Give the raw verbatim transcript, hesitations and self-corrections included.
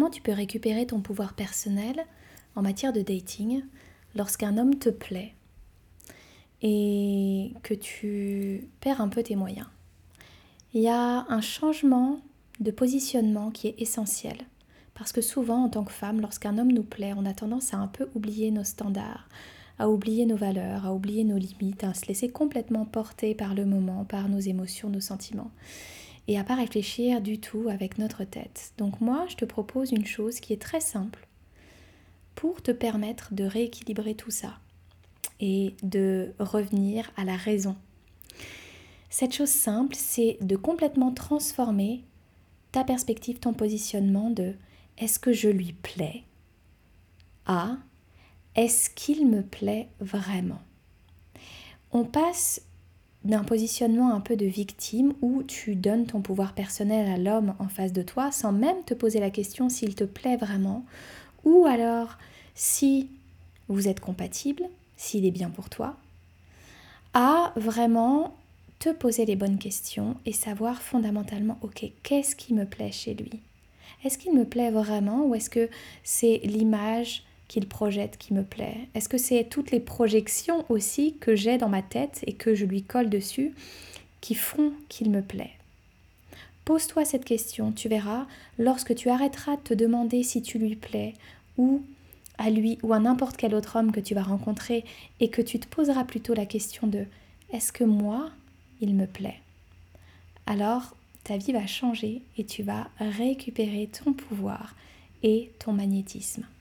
comment tu peux récupérer ton pouvoir personnel en matière de dating lorsqu'un homme te plaît et que tu perds un peu tes moyens. Il y a un changement de positionnement qui est essentiel. Parce que souvent, en tant que femme, lorsqu'un homme nous plaît, on a tendance à un peu oublier nos standards, à oublier nos valeurs, à oublier nos limites, à se laisser complètement porter par le moment, par nos émotions, nos sentiments, et à pas réfléchir du tout avec notre tête. Donc moi, je te propose une chose qui est très simple pour te permettre de rééquilibrer tout ça et de revenir à la raison. Cette chose simple, c'est de complètement transformer ta perspective, ton positionnement de « est-ce que je lui plais ?» à « est-ce qu'il me plaît vraiment ?» On passe d'un positionnement un peu de victime où tu donnes ton pouvoir personnel à l'homme en face de toi sans même te poser la question s'il te plaît vraiment ou alors si vous êtes compatible, s'il est bien pour toi, à vraiment te poser les bonnes questions et savoir fondamentalement, ok, qu'est-ce qui me plaît chez lui ? Est-ce qu'il me plaît vraiment ou est-ce que c'est l'image qu'il projette qui me plaît ? Est-ce que c'est toutes les projections aussi que j'ai dans ma tête et que je lui colle dessus qui font qu'il me plaît ? Pose-toi cette question, tu verras, lorsque tu arrêteras de te demander si tu lui plais ou à lui ou à n'importe quel autre homme que tu vas rencontrer et que tu te poseras plutôt la question de « est-ce que moi, il me plaît ?» Alors, ta vie va changer et tu vas récupérer ton pouvoir et ton magnétisme.